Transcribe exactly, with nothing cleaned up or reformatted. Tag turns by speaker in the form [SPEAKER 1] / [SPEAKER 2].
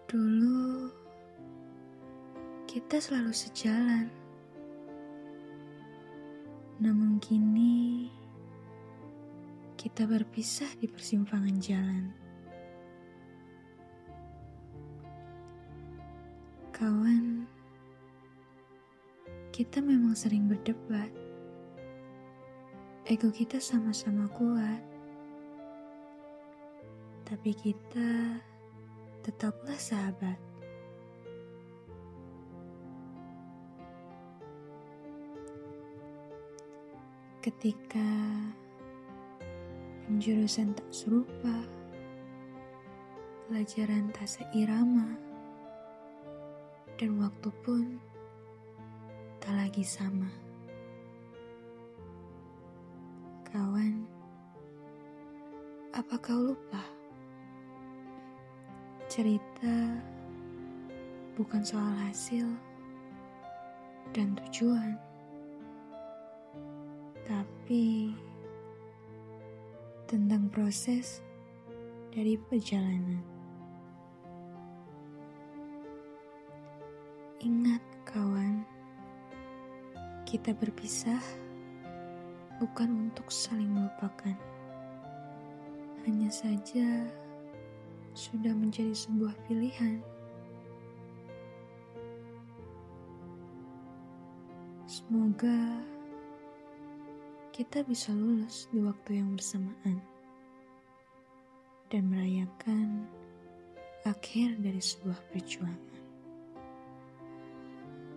[SPEAKER 1] Dulu, kita selalu sejalan. Namun kini, kita berpisah di persimpangan jalan. Kawan, kita memang sering berdebat. Ego kita sama-sama kuat. Tapi kita tetaplah sahabat. Ketika penjurusan tak serupa, pelajaran tak seirama, dan waktu pun tak lagi sama. Kawan, apa kau lupa? Cerita bukan soal hasil dan tujuan, tapi tentang proses dari perjalanan. Ingat kawan, kita berpisah bukan untuk saling melupakan. Hanya saja sudah menjadi sebuah pilihan. Semoga kita bisa lulus di waktu yang bersamaan dan merayakan akhir dari sebuah perjuangan.